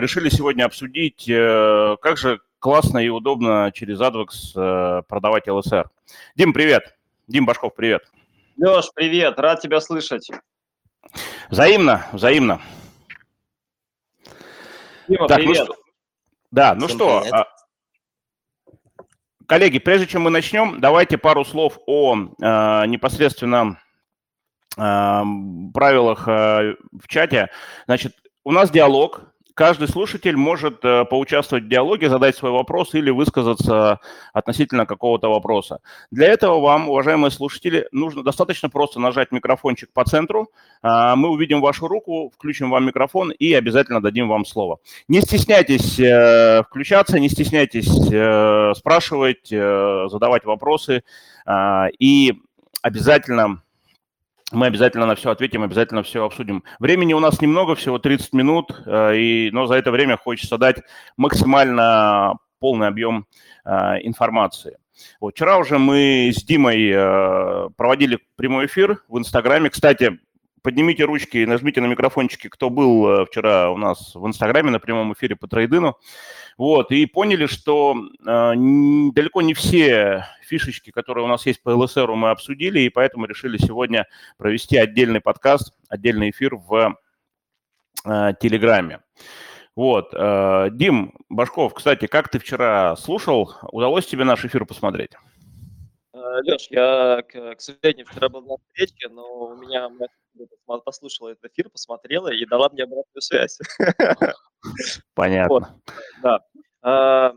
решили сегодня обсудить, как же классно и удобно через AdVox продавать ЛСР. Дим, привет. Дим Башков, привет. Леш, привет, рад тебя слышать. Взаимно, взаимно. Дима, Так, привет. Ну что, коллеги, прежде чем мы начнем, давайте пару слов о непосредственно правилах в чате. Значит, у нас диалог. Каждый слушатель может поучаствовать в диалоге, задать свой вопрос или высказаться относительно какого-то вопроса. Для этого вам, уважаемые слушатели, нужно достаточно просто нажать микрофончик по центру. Мы увидим вашу руку, включим вам микрофон и обязательно дадим вам слово. Не стесняйтесь включаться, не стесняйтесь спрашивать, задавать вопросы. И мы обязательно на все ответим, обязательно все обсудим. Времени у нас немного, всего 30 минут, но за это время хочется дать максимально полный объем информации. Вот, вчера уже мы с Димой проводили прямой эфир в Инстаграме. Кстати, поднимите ручки и нажмите на микрофончики, кто был вчера у нас в Инстаграме на прямом эфире по трейдину. Вот, и поняли, что далеко не все фишечки, которые у нас есть по ЛСРу, мы обсудили, и поэтому решили сегодня провести отдельный подкаст, отдельный эфир в Телеграме. Вот, Дим Башков, кстати, как ты вчера слушал? Удалось тебе наш эфир посмотреть? Леш, я, к сожалению, вчера был на встрече, но у меня моя послушала этот эфир, посмотрела и дала мне обратную связь. Понятно. Вот, да.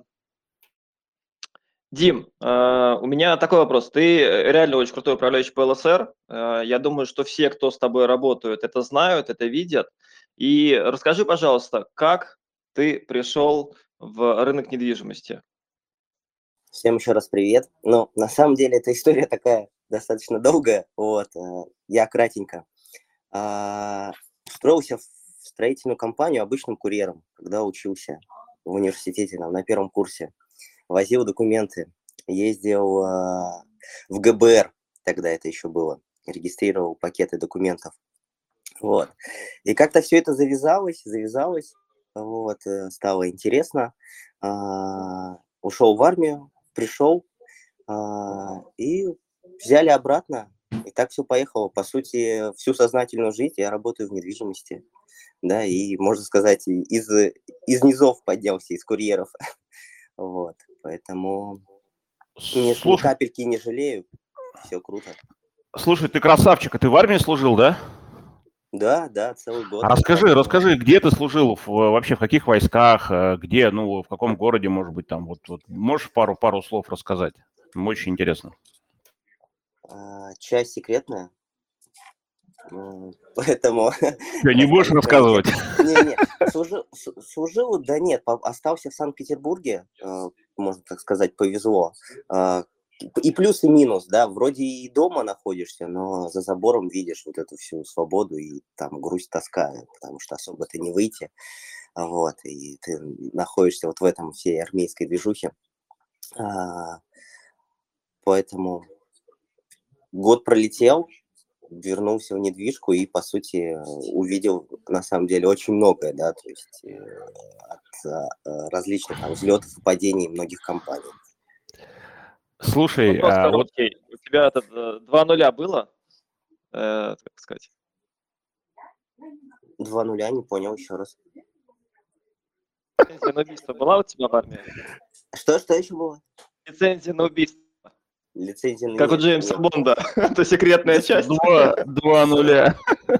Дим, у меня такой вопрос. Ты реально очень крутой управляющий по ЛСР. Я думаю, что все, кто с тобой работают, это знают, это видят. И расскажи, пожалуйста, как ты пришел в рынок недвижимости? Всем еще раз привет. Ну, на самом деле, эта история такая достаточно долгая. Вот, я кратенько. Устроился в строительную компанию обычным курьером, когда учился в университете, на первом курсе. Возил документы, ездил в ГБР, тогда это еще было, регистрировал пакеты документов. Вот. И как-то все это завязалось, вот, стало интересно. Ушел в армию, пришел и взяли обратно. И так все поехало. По сути, всю сознательную жизнь я работаю в недвижимости. Да, и, можно сказать, из низов поднялся, из курьеров. Вот, поэтому ни капельки не жалею. Все круто. Слушай, ты красавчик, а ты в армии служил, да? Да, целый год. А расскажи, где ты служил, вообще в каких войсках, где, в каком городе, может быть, там, вот можешь пару слов рассказать? Очень интересно. Часть секретная, поэтому... Не будешь рассказывать? Не, служил, да нет, остался в Санкт-Петербурге, можно так сказать, повезло. И плюс, и минус, да, вроде и дома находишься, но за забором видишь вот эту всю свободу и там грусть, тоска, потому что особо-то не выйти, вот, и ты находишься вот в этом всей армейской движухе, поэтому год пролетел, вернулся в недвижку и, по сути, увидел, на самом деле, очень многое, да, то есть от различных там взлетов и падений многих компаний. Слушай, вот у тебя 2-0 было, так сказать? 2-0, не понял, еще раз. Лицензия на убийство была у тебя в армии? Что еще было? Лицензия на убийство. Лицензия на... Как у Джеймса Бонда. Это секретная часть. 2-0.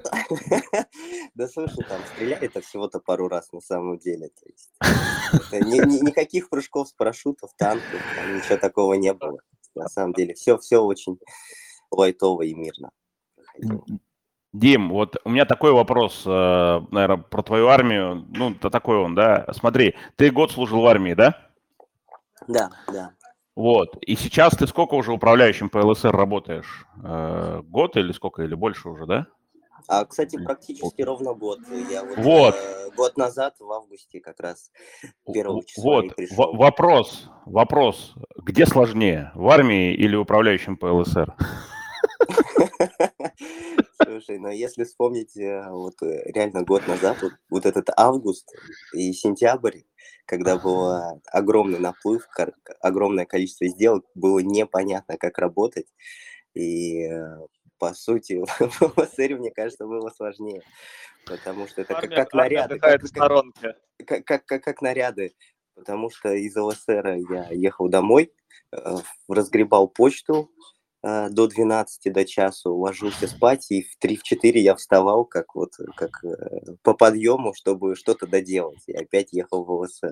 Да слушай, там стреляли-то всего-то пару раз на самом деле. То есть, никаких прыжков с парашютов, танков, там ничего такого не было. На самом деле все очень лайтово и мирно. Дим, вот у меня такой вопрос, наверное, про твою армию. Такой он, да. Смотри, ты год служил в армии, да? Да. Вот. И сейчас ты сколько уже управляющим по ЛСР работаешь? Год или сколько, или больше уже, да? Кстати, практически ровно год. Я год назад, в августе, как раз 1 числа и пришел. Вопрос. Где сложнее, в армии или управляющим по ЛСР? Слушай, но если вспомнить реально год назад, вот этот август и сентябрь, когда был огромный наплыв, огромное количество сделок, было непонятно, как работать. И, по сути, в ЛСР, мне кажется, было сложнее, потому что это как Армия наряды, отдыхает в сторонке. как наряды. Потому что из ЛСР я ехал домой, разгребал почту до 12, до часу, ложился спать, и в 3-4 я вставал как по подъему, чтобы что-то доделать, и опять ехал в ЛСР.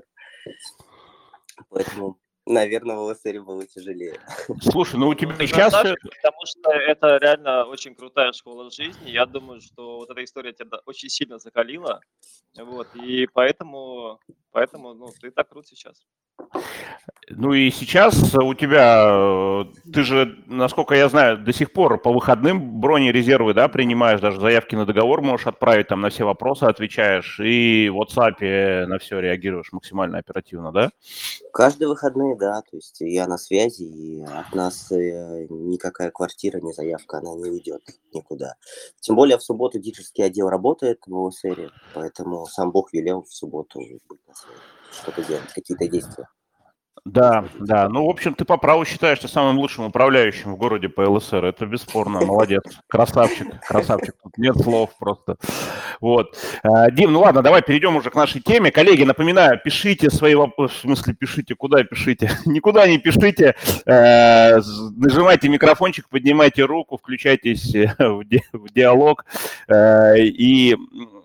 Поэтому, наверное, в ЛСР было тяжелее. Слушай, ну у тебя ты сейчас... красавчик, потому что это реально очень крутая школа жизни. Я думаю, что вот эта история тебя очень сильно закалила. Вот, и поэтому ты так крут сейчас. Ну и сейчас у тебя, ты же, насколько я знаю, до сих пор по выходным бронерезервы, да, принимаешь, даже заявки на договор можешь отправить, там на все вопросы отвечаешь, и в WhatsApp на все реагируешь максимально оперативно, да? Каждые выходные, да, то есть я на связи, и от нас никакая квартира, ни заявка, она не уйдет никуда. Тем более в субботу диджейский отдел работает в ЛСР, поэтому сам Бог велел в субботу быть на связи, что-то делать, какие-то действия. Да, да. Ну, в общем, ты по праву считаешься самым лучшим управляющим в городе по ЛСР. Это бесспорно. Молодец. Красавчик, красавчик. Тут нет слов просто. Вот. Дим, ну ладно, давай перейдем уже к нашей теме. Коллеги, напоминаю, пишите свои вопросы. В смысле, пишите, куда пишите? Никуда не пишите. Нажимайте микрофончик, поднимайте руку, включайтесь в диалог. И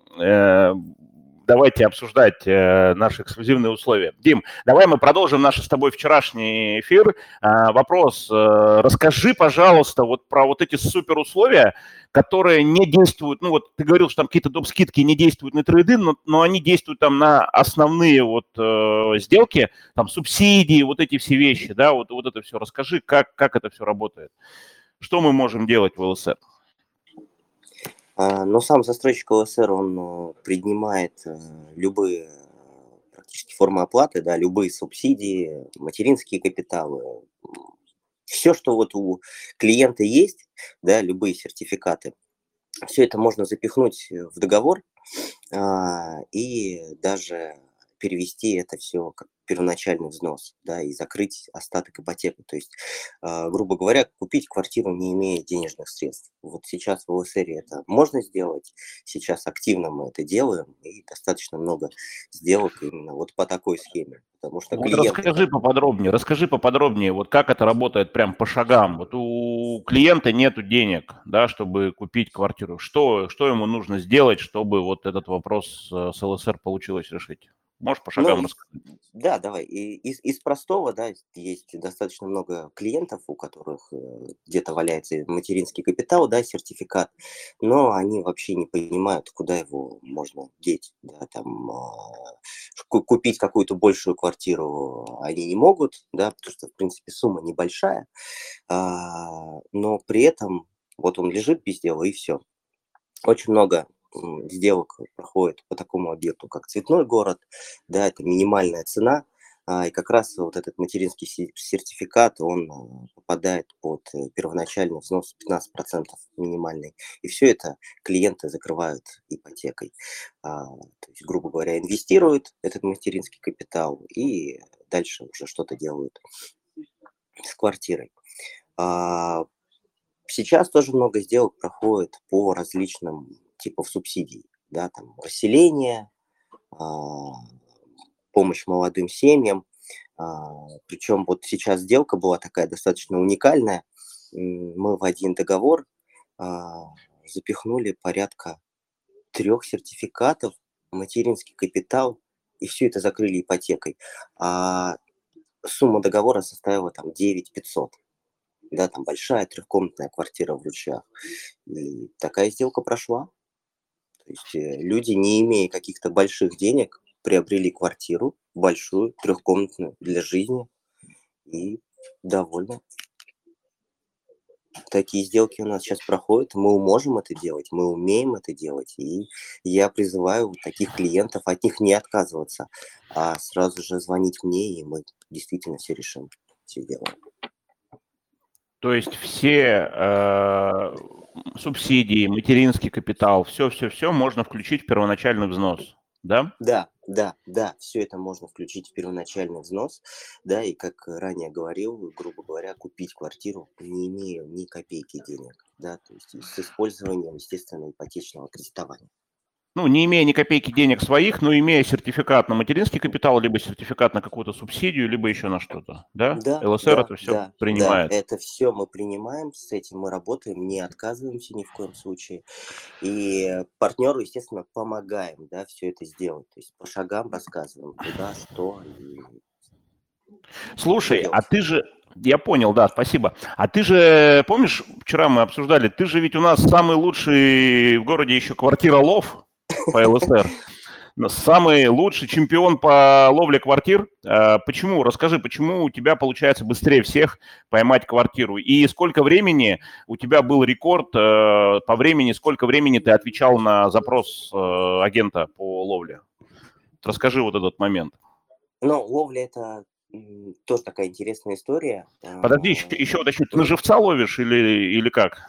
давайте обсуждать наши эксклюзивные условия. Дим, давай мы продолжим наш с тобой вчерашний эфир. Вопрос. Расскажи, пожалуйста, вот про вот эти супер условия, которые не действуют, ну вот ты говорил, что там какие-то доп. Скидки не действуют на трейды, но они действуют там на основные вот сделки, там субсидии, вот эти все вещи, да, вот это все. Расскажи, как это все работает. Что мы можем делать в ЛСР? Но сам застройщик ЛСР, он принимает любые практически формы оплаты, да, любые субсидии, материнские капиталы, все, что вот у клиента есть, да, любые сертификаты, все это можно запихнуть в договор и даже перевести это все как первоначальный взнос, да, и закрыть остаток ипотеки. То есть, грубо говоря, купить квартиру, не имея денежных средств. Вот сейчас в ЛСР это можно сделать, сейчас активно мы это делаем, и достаточно много сделок именно вот по такой схеме. Потому что Вот клиенты... расскажи поподробнее, вот как это работает прям по шагам. Вот у клиента нету денег, да, чтобы купить квартиру. Что ему нужно сделать, чтобы вот этот вопрос с ЛСР получилось решить? Можешь по Ну, шагам рассказать? да, давай. И из простого, да, есть достаточно много клиентов, у которых где-то валяется материнский капитал, да, сертификат, но они вообще не понимают, куда его можно деть, да, там купить какую-то большую квартиру они не могут, да, потому что, в принципе, сумма небольшая, но при этом вот он лежит без дела и все. Очень много сделок проходит по такому объекту, как Цветной город, да, это минимальная цена, и как раз вот этот материнский сертификат, он попадает под первоначальный взнос 15% минимальный, и все это клиенты закрывают ипотекой. То есть, грубо говоря, инвестируют этот материнский капитал и дальше уже что-то делают с квартирой. Сейчас тоже много сделок проходит по различным типам субсидий, да, там расселение, помощь молодым семьям. Причем вот сейчас сделка была такая достаточно уникальная. Мы в один договор запихнули порядка 3 сертификатов, материнский капитал, и все это закрыли ипотекой. Сумма договора составила там 9500. Да, там большая трехкомнатная квартира в Ручьях. И такая сделка прошла. То есть люди, не имея каких-то больших денег, приобрели квартиру большую, трехкомнатную для жизни и довольны. Такие сделки у нас сейчас проходят. Мы можем это делать, мы умеем это делать. И я призываю таких клиентов от них не отказываться, а сразу же звонить мне, и мы действительно все решим, все делаем. То есть все субсидии, материнский капитал, все можно включить в первоначальный взнос, да? Да, все это можно включить в первоначальный взнос, да, и как ранее говорил, грубо говоря, купить квартиру, не имея ни копейки денег, да, то есть с использованием, естественно, ипотечного кредитования. Ну, не имея ни копейки денег своих, но имея сертификат на материнский капитал, либо сертификат на какую-то субсидию, либо еще на что-то, да? Да, ЛСР это все принимает. это все мы принимаем, с этим мы работаем, не отказываемся ни в коем случае. И партнеру, естественно, помогаем, да, все это сделать. То есть по шагам рассказываем, куда, что и Слушай, а ты же, я понял, да, спасибо. А ты же, помнишь, вчера мы обсуждали, ты же ведь у нас самый лучший в городе еще квартиролов по ЛСР. Самый лучший чемпион по ловле квартир. Почему? Расскажи, почему у тебя получается быстрее всех поймать квартиру? И сколько времени у тебя был рекорд по времени, сколько времени ты отвечал на запрос агента по ловле? Расскажи вот этот момент. Ну, ловля – это тоже такая интересная история. Подожди, еще уточню, ты на живца ловишь или как?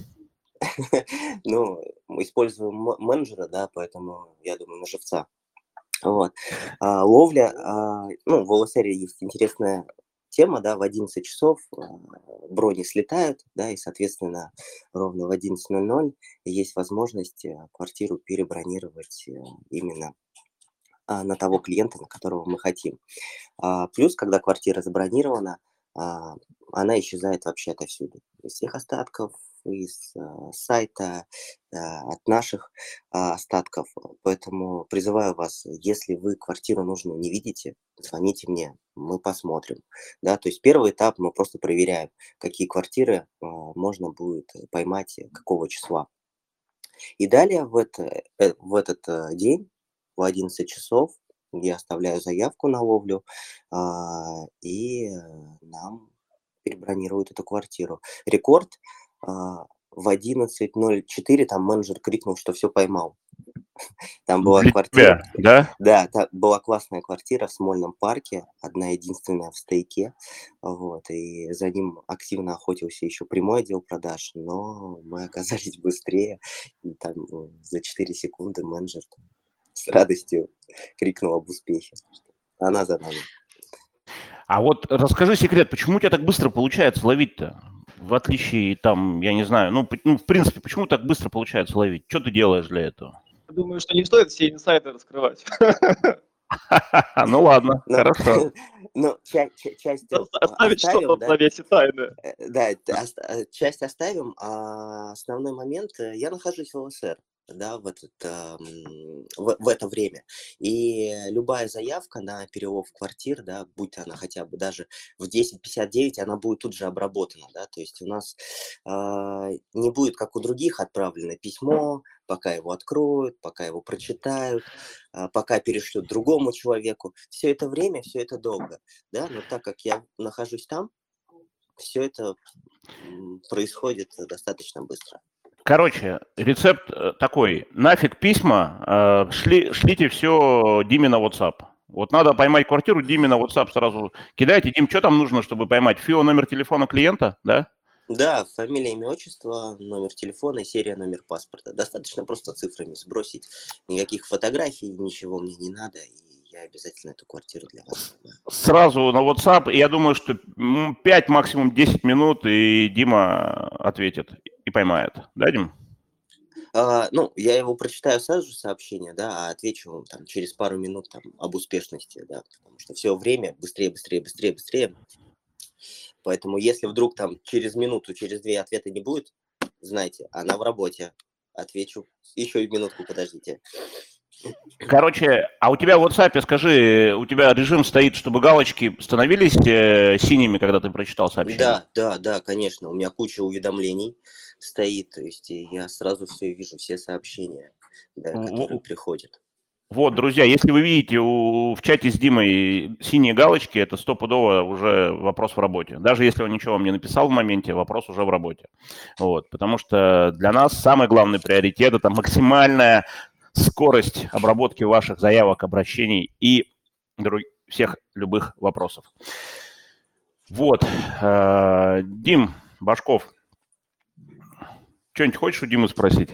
Ну, мы используем менеджера, да, поэтому, я думаю, на живца. Вот. Ловля, ну, в ЛСР есть интересная тема, да, в 11 часов брони слетают, да, и, соответственно, ровно в 11:00 есть возможность квартиру перебронировать именно на того клиента, на которого мы хотим. Плюс, когда квартира забронирована, она исчезает вообще отовсюду. Из всех остатков, из сайта, от наших остатков. Поэтому призываю вас, если вы квартиру нужную не видите, звоните мне, мы посмотрим. Да, то есть первый этап мы просто проверяем, какие квартиры можно будет поймать, какого числа. И далее в этот день в 11 часов я оставляю заявку на ловлю, и нам перебронируют эту квартиру. Рекорд в 11:04 там менеджер крикнул, что все поймал. Там была Для квартира. тебя, да? Да, там была классная квартира в Смольном парке, одна единственная в Стояке. Вот, и за ним активно охотился еще прямой отдел продаж, но мы оказались быстрее. И там за 4 секунды менеджер с радостью крикнул об успехе. Она за нами. А вот расскажи секрет, почему у тебя так быстро получается ловить-то? В отличие, там, я не знаю, ну, в принципе, почему так быстро получается ловить? Что ты делаешь для этого? Думаю, что не стоит все инсайты раскрывать. Ну ладно, хорошо. Ну, часть Оставить что-то в завесе тайны. Да, часть оставим, а основной момент, я нахожусь в ЛСР, да, в это время. И любая заявка на перелов квартир, да, будь она хотя бы даже в 10:59, она будет тут же обработана, да, то есть у нас не будет, как у других, отправлено письмо, пока его откроют, пока его прочитают, пока перешлют другому человеку. Все это время, все это долго, да, но так как я нахожусь там, все это происходит достаточно быстро. Короче, рецепт такой. Нафиг письма, шлите все Диме на WhatsApp. Вот надо поймать квартиру, Диме на WhatsApp сразу кидайте. Дим, что там нужно, чтобы поймать? ФИО, номер телефона клиента, да? Да, фамилия, имя, отчество, номер телефона, серия, номер паспорта. Достаточно просто цифрами сбросить. Никаких фотографий, ничего мне не надо. И я обязательно эту квартиру для вас. Сразу на WhatsApp. И я думаю, что 5, максимум 10 минут, и Дима ответит и поймает. Да, Дим? Ну, я его прочитаю сразу же сообщение, да, а отвечу вам там через пару минут там об успешности, да, потому что все время быстрее. Поэтому если вдруг там через минуту, через 2 ответа не будет, знайте, она в работе. Отвечу. Еще и минутку подождите. Короче, а у тебя в WhatsApp, скажи, у тебя режим стоит, чтобы галочки становились синими, когда ты прочитал сообщение? Да, конечно. У меня куча уведомлений стоит, то есть я сразу все вижу, все сообщения, да, которые приходят. Вот, друзья, если вы видите в чате с Димой синие галочки, это стопудово уже вопрос в работе. Даже если он ничего вам не написал в моменте, вопрос уже в работе. Вот, потому что для нас самый главный приоритет – это максимальная скорость обработки ваших заявок, обращений и всех любых вопросов. Вот, Дим Башков, Что-нибудь хочешь у Димы спросить?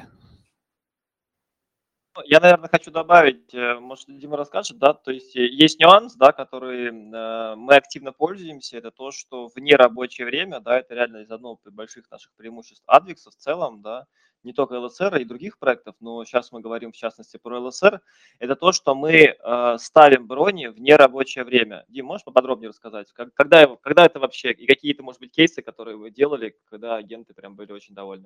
Я, наверное, хочу добавить, может, Дима расскажет, да, то есть есть нюанс, да, который мы активно пользуемся, это то, что в нерабочее время, да, это реально из одного из больших наших преимуществ Advix в целом, да, не только LSR и других проектов, но сейчас мы говорим в частности про LSR, это то, что мы ставим брони в нерабочее время. Дим, можешь поподробнее рассказать, когда это вообще, и какие-то, может быть, кейсы, которые вы делали, когда агенты прям были очень довольны?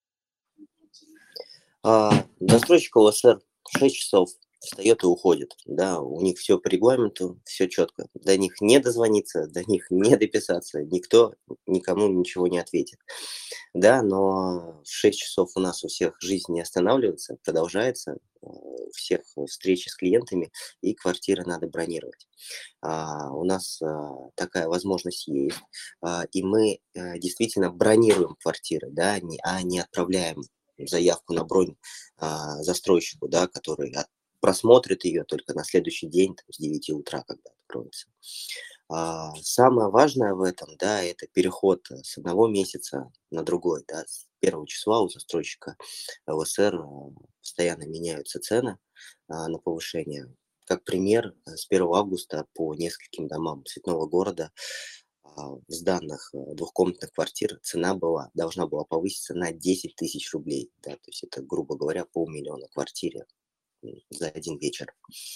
Застройщик ОСР 6 часов встает и уходит. Да, у них все по регламенту, все четко. До них не дозвониться, до них не дописаться, никто никому ничего не ответит. Да, но 6 часов у нас у всех жизнь не останавливается, продолжается, у всех встречи с клиентами, и квартиры надо бронировать. У нас такая возможность есть, и мы действительно бронируем квартиры, да, а не отправляем заявку на бронь застройщику, да, который просмотрит ее только на следующий день, там, с 9 утра, когда откроется. Самое важное в этом, да, это переход с одного месяца на другой, да, с 1 числа у застройщика ЛСР постоянно меняются цены на повышение. Как пример, с 1 августа по нескольким домам Цветного города с данных двухкомнатных квартир цена должна была повыситься на 10 тысяч рублей. Да, то есть это, грубо говоря, 500 000 квартире за один вечер.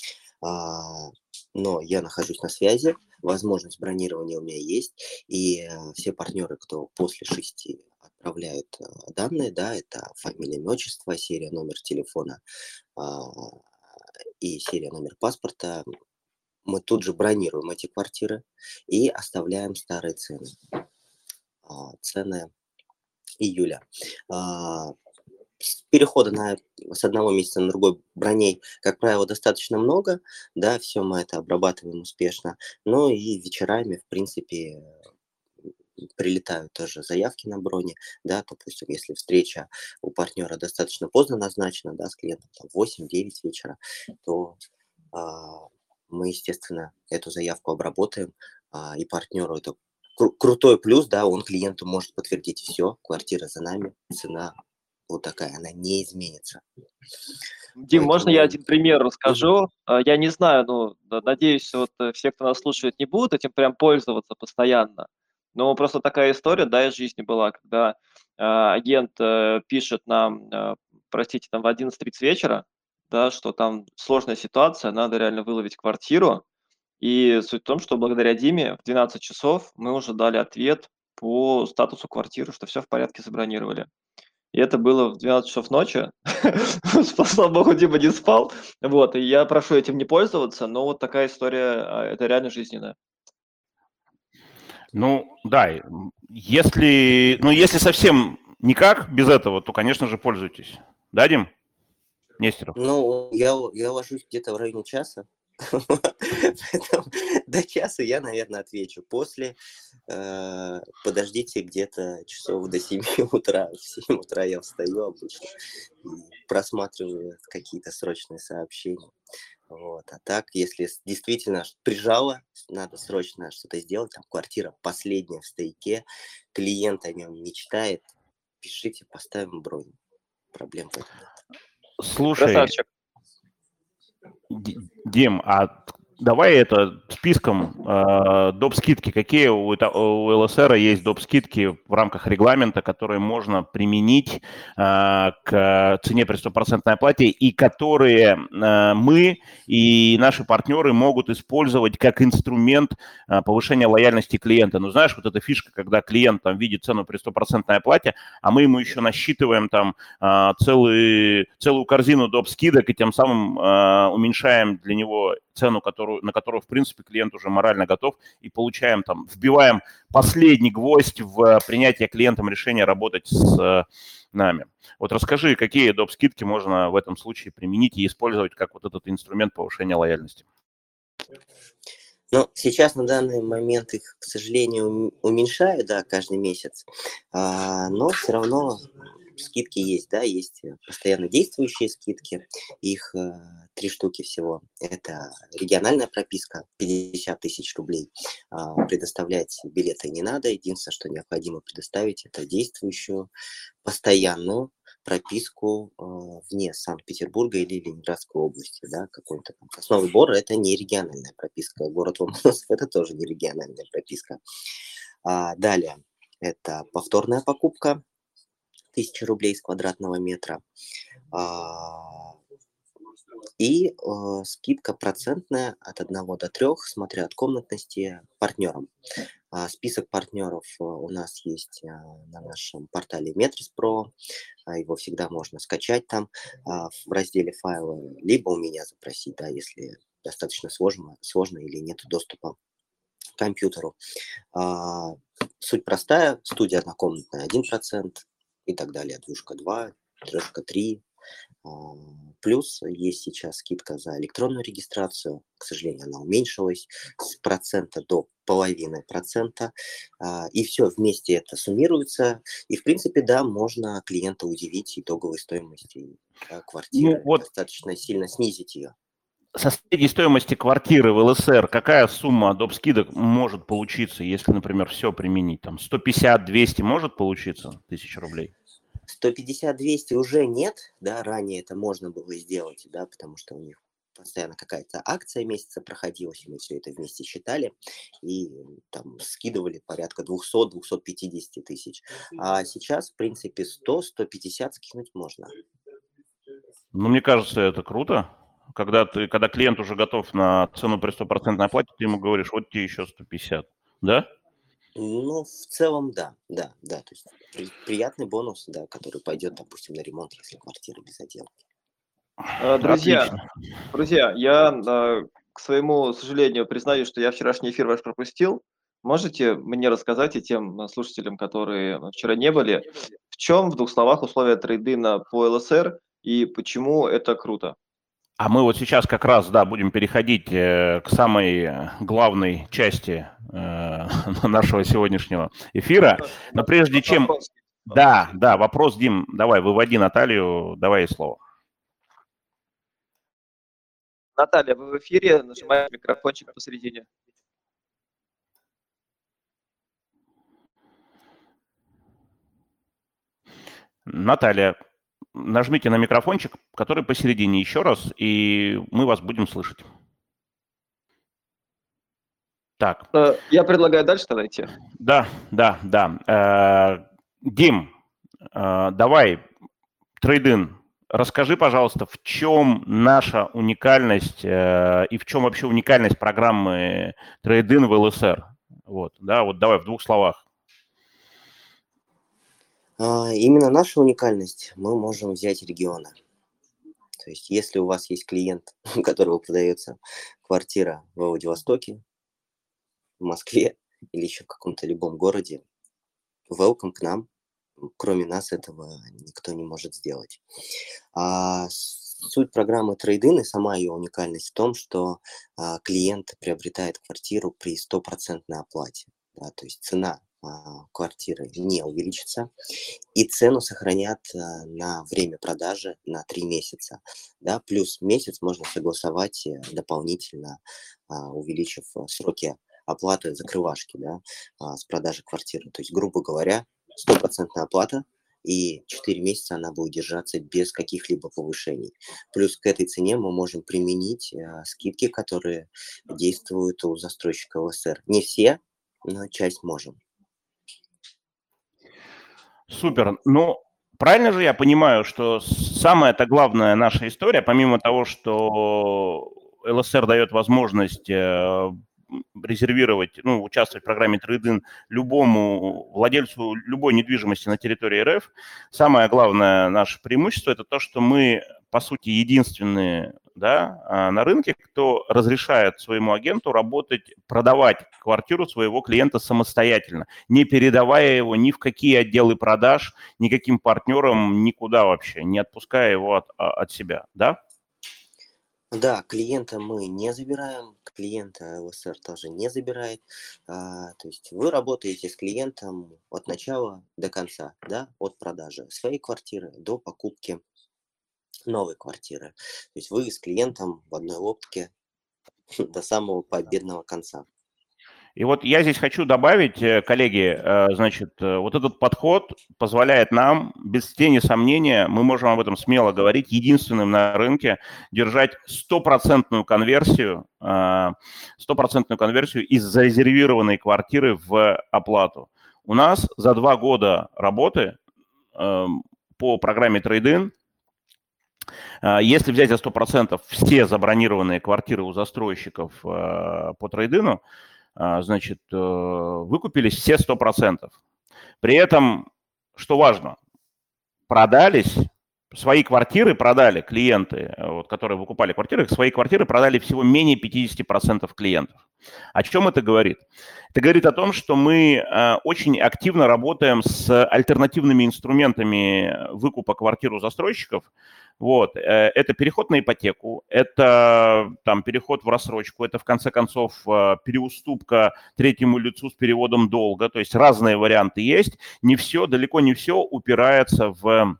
Но я нахожусь на связи, возможность бронирования у меня есть, и все партнеры, кто после 6 отправляют данные, да, это фамилия, имя, отчество, серия, номер телефона и серия, номер паспорта, мы тут же бронируем эти квартиры и оставляем старые цены. Цены июля. Перехода с одного месяца на другой броней, как правило, достаточно много. Да, все мы это обрабатываем успешно. Но и вечерами, в принципе, прилетают тоже заявки на брони. Да, допустим, если встреча у партнера достаточно поздно назначена, да, с клиентом там, 8-9 вечера, то мы, естественно, эту заявку обработаем, и партнеру это крутой плюс, да, он клиенту может подтвердить: все, квартира за нами, цена вот такая, она не изменится. Дим, можно я Поэтому один пример расскажу? Я не знаю, надеюсь, вот все, кто нас слушает, не будут этим прям пользоваться постоянно. Но просто такая история, да, из жизни была, когда агент пишет нам, простите, там в 11:30 вечера, да, что там сложная ситуация, надо реально выловить квартиру. И суть в том, что благодаря Диме в 12 часов мы уже дали ответ по статусу квартиры, что все в порядке, забронировали. И это было в 12 часов ночи. Слава богу, Дима не спал. Вот, и я прошу этим не пользоваться, но вот такая история, это реально жизненная. Ну, да, если совсем никак без этого, то, конечно же, пользуйтесь. Да, Дим? Нестеров? Ну, я ложусь где-то в районе часа. Поэтому до часа я, наверное, отвечу. После подождите где-то часов до 7 утра. В 7 утра я встаю обычно и просматриваю какие-то срочные сообщения. Вот. А так, если действительно прижало, надо срочно что-то сделать, там квартира последняя в стояке, клиент о нем мечтает, пишите, поставим бронь. Проблем в этом нет. Слушай, Красавчик. Дим, а давай это списком доп. Скидки. Какие у ЛСР есть доп. Скидки в рамках регламента, которые можно применить к цене при 100% оплате и которые мы и наши партнеры могут использовать как инструмент повышения лояльности клиента. Ну, знаешь, вот эта фишка, когда клиент там видит цену при 100% оплате, а мы ему еще насчитываем там целую корзину доп. Скидок и тем самым уменьшаем для него цену, на которую, в принципе, клиент уже морально готов, и получаем там, вбиваем последний гвоздь в принятие клиентом решения работать с нами. Вот расскажи, какие доп. Скидки можно в этом случае применить и использовать как вот этот инструмент повышения лояльности. Ну, сейчас на данный момент их, к сожалению, уменьшаю, да, каждый месяц, но все равно скидки есть, да, есть постоянно действующие скидки, их 3 штуки всего. Это региональная прописка, 50 тысяч рублей. Предоставлять билеты не надо, единственное, что необходимо предоставить, это действующую постоянную прописку вне Санкт-Петербурга или Ленинградской области, да, какой-то там. Сосновый Бор – это не региональная прописка, город Ломоносов – это тоже не региональная прописка. Далее, это повторная покупка, 1000 рублей с квадратного метра, и скидка процентная от 1 до 3, смотря от комнатности, партнерам. Список партнеров у нас есть на нашем портале Metris.pro, его всегда можно скачать там в разделе «Файлы», либо у меня запросить, да, если достаточно сложно или нет доступа к компьютеру. Суть простая, студия однокомнатная 1% и так далее, двушка 2, трешка 3. Плюс есть сейчас скидка за электронную регистрацию. К сожалению, она уменьшилась с 1% до 0,5%. И все вместе это суммируется. И, в принципе, да, можно клиента удивить итоговой стоимостью квартиры. Вот Достаточно сильно снизить ее. со средней стоимости квартиры в ЛСР какая сумма доп. Скидок может получиться, если, например, все применить? Там 150-200 может получиться тысяч рублей? 150-200 уже нет, да, ранее это можно было сделать, да, потому что у них постоянно какая-то акция месяца проходилась, и мы все это вместе считали, и там скидывали порядка 200-250 тысяч. А сейчас, в принципе, 100-150 скинуть можно. Ну, мне кажется, это круто. Когда клиент уже готов на цену при 100% оплате, ты ему говоришь, вот тебе еще 150, да? Ну, в целом, да. То есть приятный бонус, да, который пойдет, допустим, на ремонт, если квартира без отделки. Друзья, я, к своему сожалению, признаюсь, что я вчерашний эфир ваш пропустил. Можете мне рассказать и тем слушателям, которые вчера не были, в чем, в 2 словах, условия трейдина по ЛСР и почему это круто? А мы вот сейчас как раз, да, будем переходить к самой главной части нашего сегодняшнего эфира. Но прежде чем... Да, вопрос, Дим, давай, выводи Наталью, давай ей слово. Наталья, вы в эфире, нажимаете микрофончик посередине. Наталья, нажмите на микрофончик, который посередине еще раз, и мы вас будем слышать. Так. Я предлагаю дальше тогда идти. Да. Дим, давай, трейдин, расскажи, пожалуйста, в чем наша уникальность и в чем вообще уникальность программы трейдин в ЛСР? Вот давай в 2 словах. Именно наша уникальность, мы можем взять регионы. То есть если у вас есть клиент, у которого продается квартира во Владивостоке, в Москве или еще в каком-то любом городе, welcome к нам. Кроме нас этого никто не может сделать. Суть программы Trade-in и сама ее уникальность в том, что клиент приобретает квартиру при 100% оплате. Да, то есть цена квартиры не увеличится, и цену сохранят на время продажи на 3 месяца. Да, плюс месяц можно согласовать дополнительно, увеличив сроки оплаты закрывашки, да, с продажи квартиры. То есть, грубо говоря, 100% оплата, и 4 месяца она будет держаться без каких-либо повышений. Плюс к этой цене мы можем применить скидки, которые действуют у застройщика ЛСР. Не все, но часть можем. Супер. Ну, правильно же я понимаю, что самая-то главная наша история, помимо того, что ЛСР дает возможность резервировать, участвовать в программе Trade-in любому владельцу любой недвижимости на территории РФ, самое главное наше преимущество – это то, что мы, по сути, единственные, да, на рынке, кто разрешает своему агенту продавать квартиру своего клиента самостоятельно, не передавая его ни в какие отделы продаж, никаким партнерам, никуда вообще, не отпуская его от себя, да? Да, клиента мы не забираем, клиента ЛСР тоже не забирает. То есть вы работаете с клиентом от начала до конца, да, от продажи своей квартиры до покупки новой квартиры. То есть вы с клиентом в одной лодке до самого победного конца. И вот я здесь хочу добавить, коллеги, значит, вот этот подход позволяет нам, без тени сомнения, мы можем об этом смело говорить, единственным на рынке держать стопроцентную конверсию из зарезервированной квартиры в оплату. У нас за 2 года работы по программе Trade-in, если взять за 100% все забронированные квартиры у застройщиков по Trade-in, значит, выкупились все 100%. При этом, что важно, свои квартиры продали клиенты, вот, которые выкупали квартиры, свои квартиры продали всего менее 50% клиентов. О чем это говорит? Это говорит о том, что мы очень активно работаем с альтернативными инструментами выкупа квартир у застройщиков. Вот. Это переход на ипотеку, это там, переход в рассрочку, это в конце концов переуступка третьему лицу с переводом долга. То есть разные варианты есть. Не все, далеко не все упирается в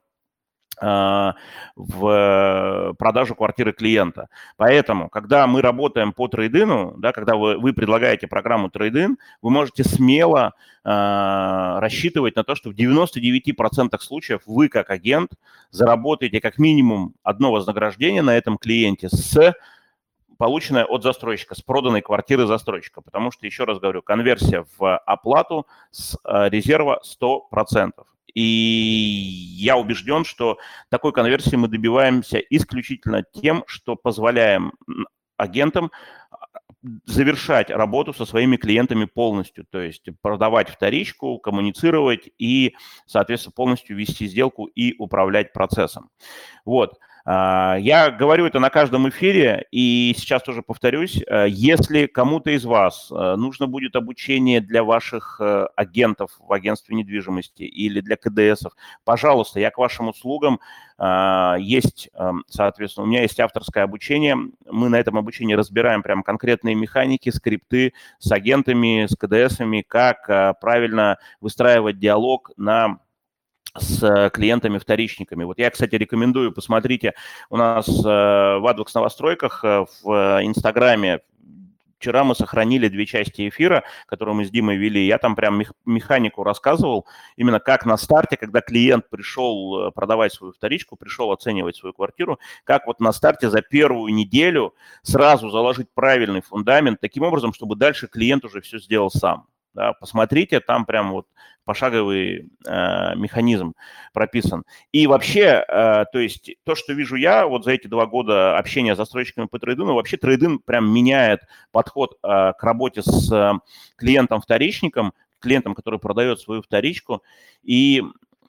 продажу квартиры клиента. Поэтому, когда мы работаем по трейд-ину, да, когда вы предлагаете программу трейд-ин, вы можете смело рассчитывать на то, что в 99% случаев вы, как агент, заработаете как минимум одно вознаграждение на этом клиенте полученное от застройщика, с проданной квартиры застройщика. Потому что, еще раз говорю, конверсия в оплату с резерва 100%. И я убежден, что такой конверсии мы добиваемся исключительно тем, что позволяем агентам завершать работу со своими клиентами полностью, то есть продавать вторичку, коммуницировать и, соответственно, полностью вести сделку и управлять процессом. Вот. Я говорю это на каждом эфире, и сейчас тоже повторюсь, если кому-то из вас нужно будет обучение для ваших агентов в агентстве недвижимости или для КДСов, пожалуйста, я к вашим услугам. Есть, соответственно, у меня есть авторское обучение, мы на этом обучении разбираем прям конкретные механики, скрипты с агентами, с КДСами, как правильно выстраивать диалог с клиентами-вторичниками. Вот я, кстати, рекомендую, посмотрите, у нас в Advox Новостройках в Инстаграме вчера мы сохранили 2 части эфира, которые мы с Димой вели. Я там прям механику рассказывал, именно как на старте, когда клиент пришел продавать свою вторичку, пришел оценивать свою квартиру, как вот на старте за первую неделю сразу заложить правильный фундамент, таким образом, чтобы дальше клиент уже все сделал сам. Да, посмотрите, там прям вот пошаговый механизм прописан. И вообще, то есть то, что вижу я вот за эти 2 года общения с застройщиками по трейдину, вообще трейдин прям меняет подход к работе с клиентом-вторичником, клиентом, который продает свою вторичку. И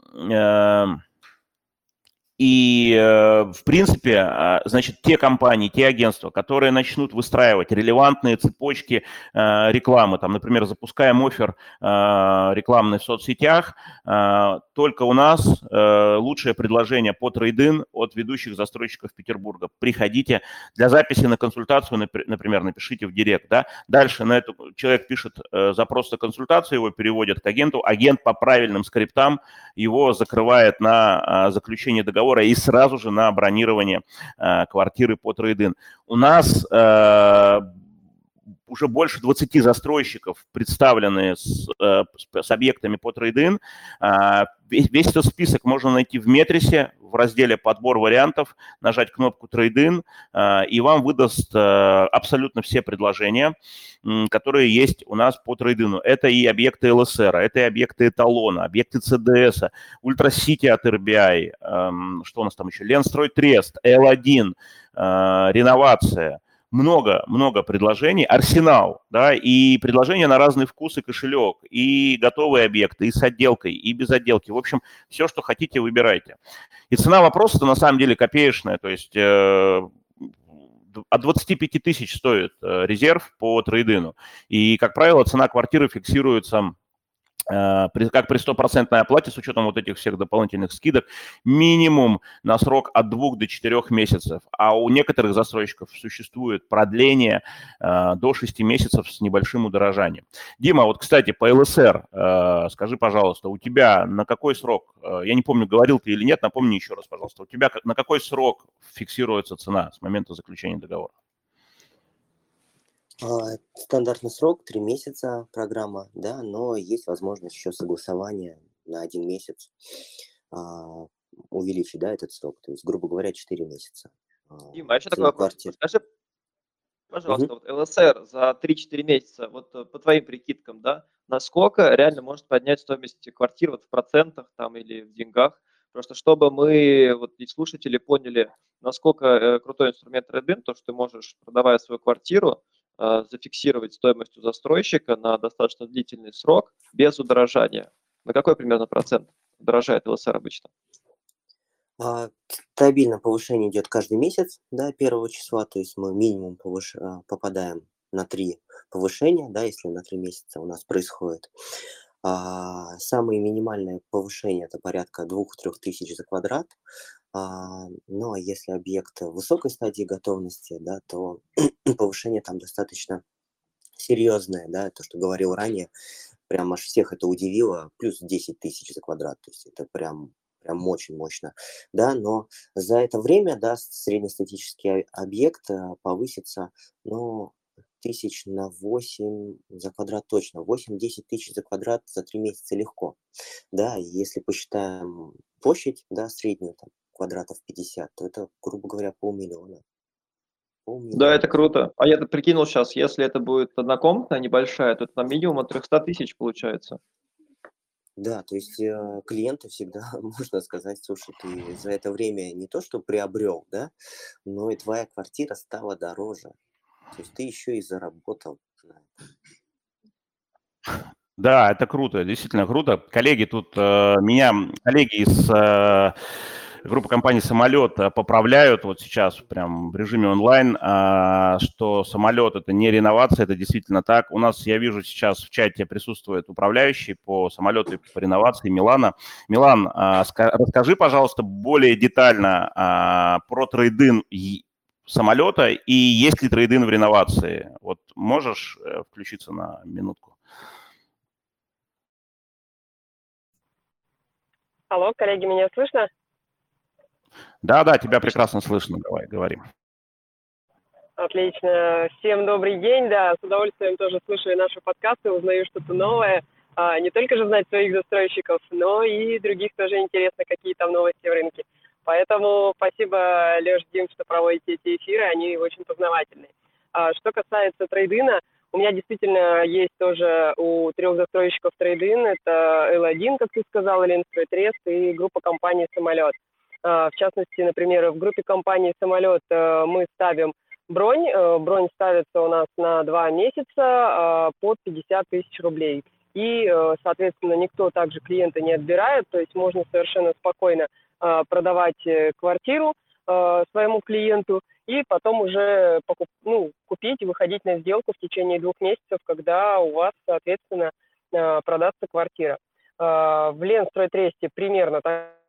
в принципе, значит, те компании, те агентства, которые начнут выстраивать релевантные цепочки рекламы, там, например, запускаем оффер рекламный в соцсетях, только у нас лучшее предложение по трейд-ин от ведущих застройщиков Петербурга. Приходите для записи на консультацию, например, напишите в директ. Да? Дальше на это человек пишет запрос на консультацию, его переводят к агенту, агент по правильным скриптам его закрывает на заключение договора и сразу же на бронирование квартиры по трейд-ин. У нас уже больше 20 застройщиков представлены с объектами по трейд-ин. Весь этот список можно найти в Метрисе в разделе «Подбор вариантов», нажать кнопку «Трейд-ин», и вам выдаст абсолютно все предложения, которые есть у нас по трейд-ину. Это и объекты ЛСР, это и объекты эталона, объекты ЦДС, Ультрасити от RBI, что у нас там еще, Ленстрой Трест, L1, реновация. Много предложений, арсенал, да, и предложения на разный вкус и кошелек, и готовые объекты, и с отделкой, и без отделки. В общем, все, что хотите, выбирайте. И цена вопроса-то на самом деле копеечная, то есть от 25 тысяч стоит резерв по трейд-ину. И, как правило, цена квартиры фиксируется как при стопроцентной оплате с учетом вот этих всех дополнительных скидок минимум на срок от 2 до 4 месяцев. А у некоторых застройщиков существует продление до 6 месяцев с небольшим удорожанием. Дима, вот, кстати, по ЛСР, скажи, пожалуйста, у тебя на какой срок, я не помню, говорил ты или нет, напомни еще раз, пожалуйста, у тебя на какой срок фиксируется цена с момента заключения договора? Стандартный срок 3 месяца программа, да, но есть возможность еще согласования на 1 месяц увеличить, да, этот срок, то есть, грубо говоря, 4 месяца. Дима, а еще такой Цена вопрос. квартиры. Скажи, пожалуйста, вот ЛСР за 3-4 месяца, вот по твоим прикидкам, да, насколько реально может поднять стоимость квартир вот в процентах там или в деньгах? Просто чтобы мы, вот и слушатели поняли, насколько крутой инструмент трейд-ин, то, что ты можешь, продавая свою квартиру, зафиксировать стоимость у застройщика на достаточно длительный срок без удорожания. На какой примерно процент удорожает ЛСР обычно? Стабильно повышение идет каждый месяц, да, 1 числа, то есть мы минимум попадаем на 3 повышения, да, если на 3 месяца у нас происходит. Самое минимальное повышение – это порядка 2-3 тысяч за квадрат. Ну, а если объект в высокой стадии готовности, да, то повышение там достаточно серьезное, да, то, что говорил ранее, прям аж всех это удивило, плюс 10 тысяч за квадрат, то есть это прям очень мощно, да, но за это время, да, среднестатический объект повысится, ну, тысяч на 8 за квадрат точно, 8-10 тысяч за квадрат за 3 месяца легко, да, если посчитаем площадь, да, среднюю, там, квадратов 50, то это, грубо говоря, полмиллиона. Да, это круто. А я прикинул сейчас, если это будет однокомнатная небольшая, то это на минимум от 300 тысяч получается. Да, то есть клиенту всегда можно сказать, слушай, ты за это время не то что приобрел, да, но и твоя квартира стала дороже. То есть ты еще и заработал на этом. Да, это круто, действительно круто. Коллеги, тут меня коллеги из группы компании «Самолет» поправляют вот сейчас прям в режиме онлайн, что «Самолет» — это не реновация, это действительно так. У нас, я вижу, сейчас в чате присутствует управляющий по «Самолету» и по реновации Милана. Милан, расскажи, пожалуйста, более детально про трейд-ин «Самолета» и есть ли трейд-ин в реновации. Вот можешь включиться на минутку? Алло, коллеги, меня слышно? Да, тебя прекрасно слышно. Давай, говори. Отлично. Всем добрый день. Да, с удовольствием тоже слушаю наши подкасты, узнаю что-то новое. Не только же знать своих застройщиков, но и других тоже интересно, какие там новости в рынке. Поэтому спасибо, Леш, Дим, что проводите эти эфиры, они очень познавательные. Что касается трейдина, у меня действительно есть тоже у 3 застройщиков трейдин. Это L1, как ты сказал, Ленстройд-Трест и группа компаний «Самолет». В частности, например, в группе компании «Самолет» мы ставим бронь. Бронь ставится у нас на 2 месяца под 50 тысяч рублей. И, соответственно, никто также клиента не отбирает, то есть можно совершенно спокойно продавать квартиру своему клиенту и потом уже купить и выходить на сделку в течение 2 месяцев, когда у вас, соответственно, продастся квартира. В Ленстройд-Тресте примерно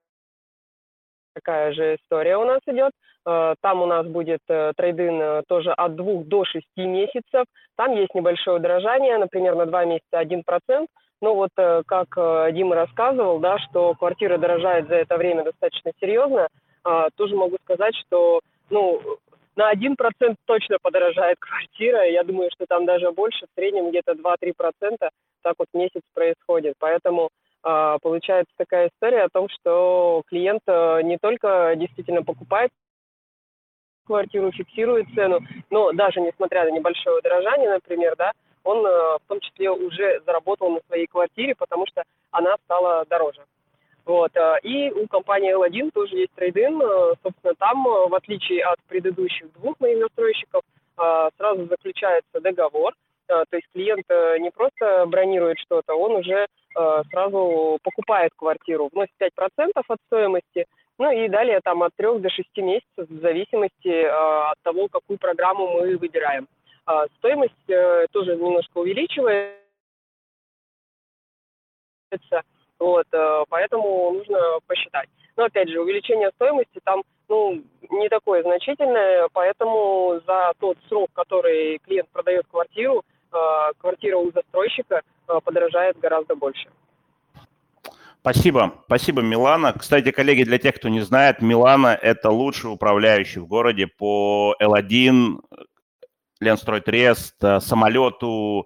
такая же история у нас идет. Там у нас будет трейд-ин тоже от 2 до 6 месяцев. Там есть небольшое удорожание, например, на 2 месяца 1%. Ну вот, как Дима рассказывал, да, что квартира дорожает за это время достаточно серьезно, тоже могу сказать, что, на 1% точно подорожает квартира. Я думаю, что там даже больше, в среднем где-то 2-3% так вот в месяц происходит. Поэтому получается такая история о том, что клиент не только действительно покупает квартиру, фиксирует цену, но даже несмотря на небольшое удорожание, например, да, он в том числе уже заработал на своей квартире, потому что она стала дороже. Вот. И у компании L1 тоже есть трейд-ин. Собственно, там, в отличие от предыдущих 2 моих застройщиков, сразу заключается договор. То есть клиент не просто бронирует что-то, он уже сразу покупает квартиру, вносит 5% от стоимости, ну и далее там от 3 до 6 месяцев в зависимости от того, какую программу мы выбираем. Стоимость тоже немножко увеличивается. Вот, поэтому нужно посчитать. Но опять же, увеличение стоимости там не такое значительное, поэтому за тот срок, который клиент продает квартиру, квартира у застройщика подорожает гораздо больше. Спасибо, спасибо, Милана. Кстати, коллеги, для тех, кто не знает, Милана – это лучший управляющий в городе по L1, Ленстрой-Трест, самолету.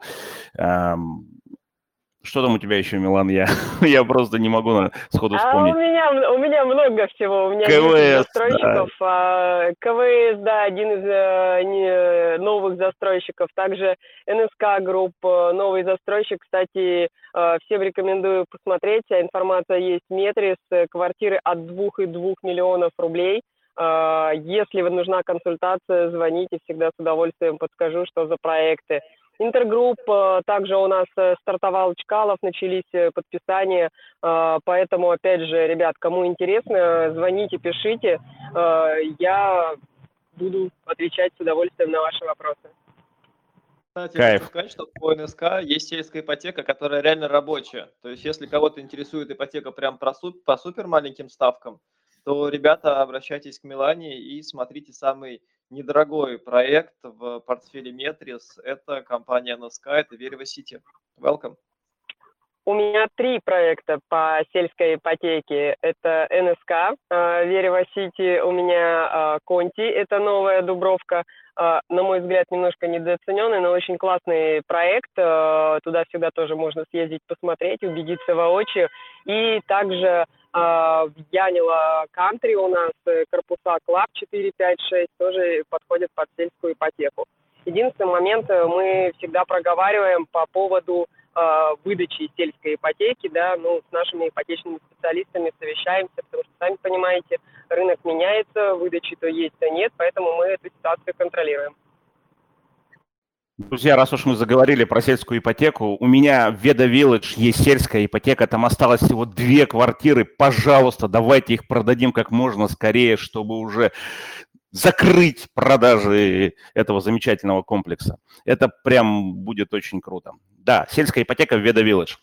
Что там у тебя еще, Милан? Я просто не могу сходу вспомнить. У меня много всего. У меня КВС, застройщиков. Да. КВС, да, один из новых застройщиков. Также НСК Групп, новый застройщик. Кстати, всем рекомендую посмотреть. Информация есть в Метрис. Квартиры от 2,2 миллионов рублей. Если вам нужна консультация, звоните. Всегда с удовольствием подскажу, что за проекты. Интергрупп, также у нас стартовал Чкалов, начались подписания, поэтому, опять же, ребят, кому интересно, звоните, пишите, я буду отвечать с удовольствием на ваши вопросы. Кстати, я хочу сказать, что по НСК есть сельская ипотека, которая реально рабочая. То есть, если кого-то интересует ипотека прям по супер маленьким ставкам, то, ребята, обращайтесь к Милане и смотрите самый недорогой проект в портфеле Метрис. Это компания НСК, это Верево Сити. Welcome. У меня 3 проекта по сельской ипотеке. Это НСК, Верево Сити, у меня Конти, это новая Дубровка. На мой взгляд, немножко недооцененный, но очень классный проект. Туда всегда тоже можно съездить, посмотреть, убедиться воочию. И также в Янило Кантри у нас корпуса Клаб 4, 5, 6 тоже подходят под сельскую ипотеку. Единственный момент, мы всегда проговариваем по поводу выдачи сельской ипотеки, да, с нашими ипотечными специалистами совещаемся, потому что, сами понимаете, рынок меняется, выдачи то есть, то нет, поэтому мы эту ситуацию контролируем. Друзья, раз уж мы заговорили про сельскую ипотеку, у меня в Веда Вилледж есть сельская ипотека, там осталось всего 2 квартиры, пожалуйста, давайте их продадим как можно скорее, чтобы уже закрыть продажи этого замечательного комплекса. Это прям будет очень круто. Да, сельская ипотека в Веда Вилледж.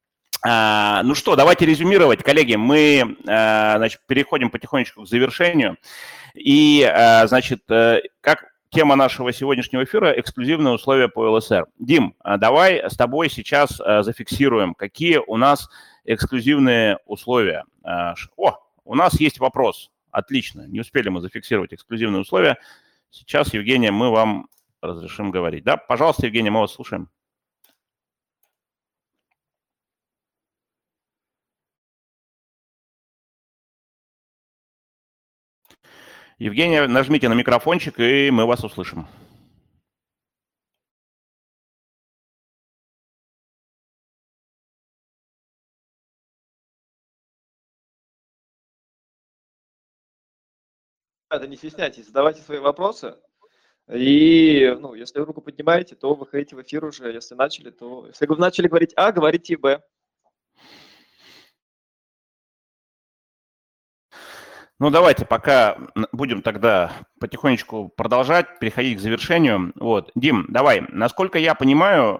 Ну что, давайте резюмировать. Коллеги, мы, переходим потихонечку к завершению. И, как тема нашего сегодняшнего эфира – эксклюзивные условия по ЛСР. Дим, давай с тобой сейчас зафиксируем, какие у нас эксклюзивные условия. У нас есть вопрос. Отлично, не успели мы зафиксировать эксклюзивные условия. Сейчас, Евгения, мы вам разрешим говорить. Да, пожалуйста, Евгения, мы вас слушаем. Евгения, нажмите на микрофончик, и мы вас услышим. Не стесняйтесь, задавайте свои вопросы. И, если вы руку поднимаете, то выходите в эфир уже. Если начали, то... Если вы начали говорить А, говорите Б. Давайте пока будем тогда потихонечку продолжать, переходить к завершению. Дим, давай. Насколько я понимаю,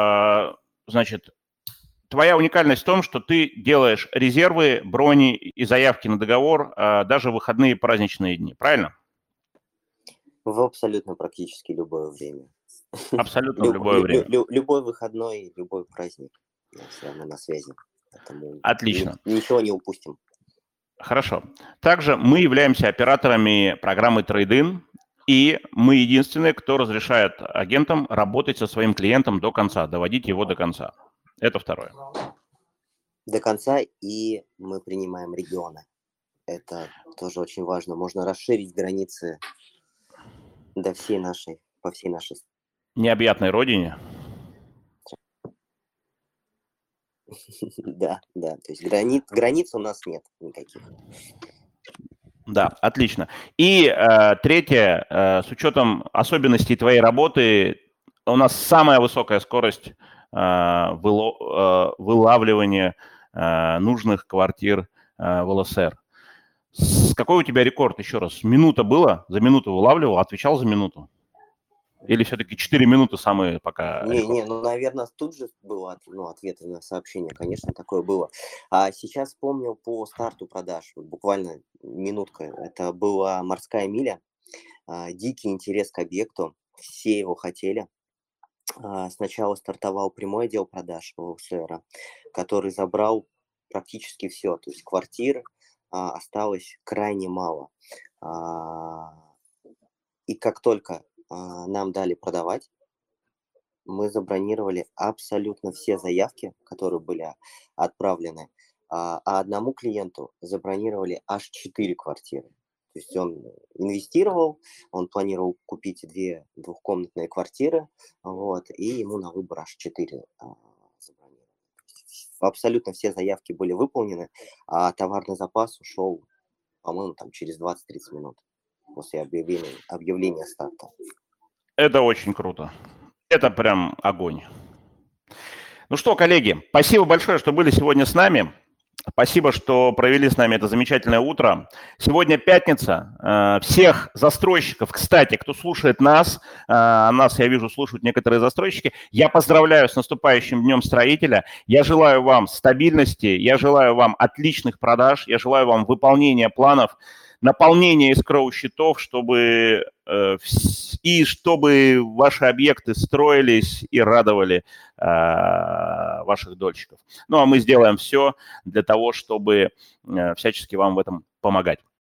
твоя уникальность в том, что ты делаешь резервы, брони и заявки на договор даже в выходные праздничные дни, правильно? В абсолютно практически любое время. Абсолютно в любое время. Любой выходной, любой праздник. Я все равно на связи. Поэтому отлично. Ничего не упустим. Хорошо. Также мы являемся операторами программы Trade-in, и мы единственные, кто разрешает агентам работать со своим клиентом до конца, доводить его до конца. Это второе. До конца, и мы принимаем регионы. Это тоже очень важно. Можно расширить границы по всей нашей необъятной родине. Да. То есть границ у нас нет никаких. Да, отлично. И третье, с учетом особенностей твоей работы, у нас самая высокая скорость вылавливания нужных квартир в ЛСР. Какой у тебя рекорд? Еще раз. Минута была? За минуту вылавливал, отвечал за минуту? Или все-таки 4 минуты самые пока? Ну, наверное, тут же было ответное сообщение, конечно, такое было. А сейчас вспомнил по старту продаж, вот буквально минутка, это была «Морская миля», дикий интерес к объекту, все его хотели. Сначала стартовал прямой отдел продаж у ОСР, который забрал практически все, то есть квартир осталось крайне мало. И как только нам дали продавать, мы забронировали абсолютно все заявки, которые были отправлены, а одному клиенту забронировали аж 4 квартиры. То есть он инвестировал, он планировал купить 2 двухкомнатные квартиры, вот, и ему на выбор аж 4 забронировали. Абсолютно все заявки были выполнены, а товарный запас ушел, по-моему, там через 20-30 минут после объявления старта. Это очень круто. Это прям огонь. Ну что, коллеги, спасибо большое, что были сегодня с нами. Спасибо, что провели с нами это замечательное утро. Сегодня пятница. Всех застройщиков, кстати, кто слушает нас, нас, я вижу, слушают некоторые застройщики, я поздравляю с наступающим Днем Строителя. Я желаю вам стабильности, я желаю вам отличных продаж, я желаю вам выполнения планов, наполнения эскроу-счетов, чтобы ваши объекты строились и радовали ваших дольщиков. Ну, а мы сделаем все для того, чтобы всячески вам в этом помогать.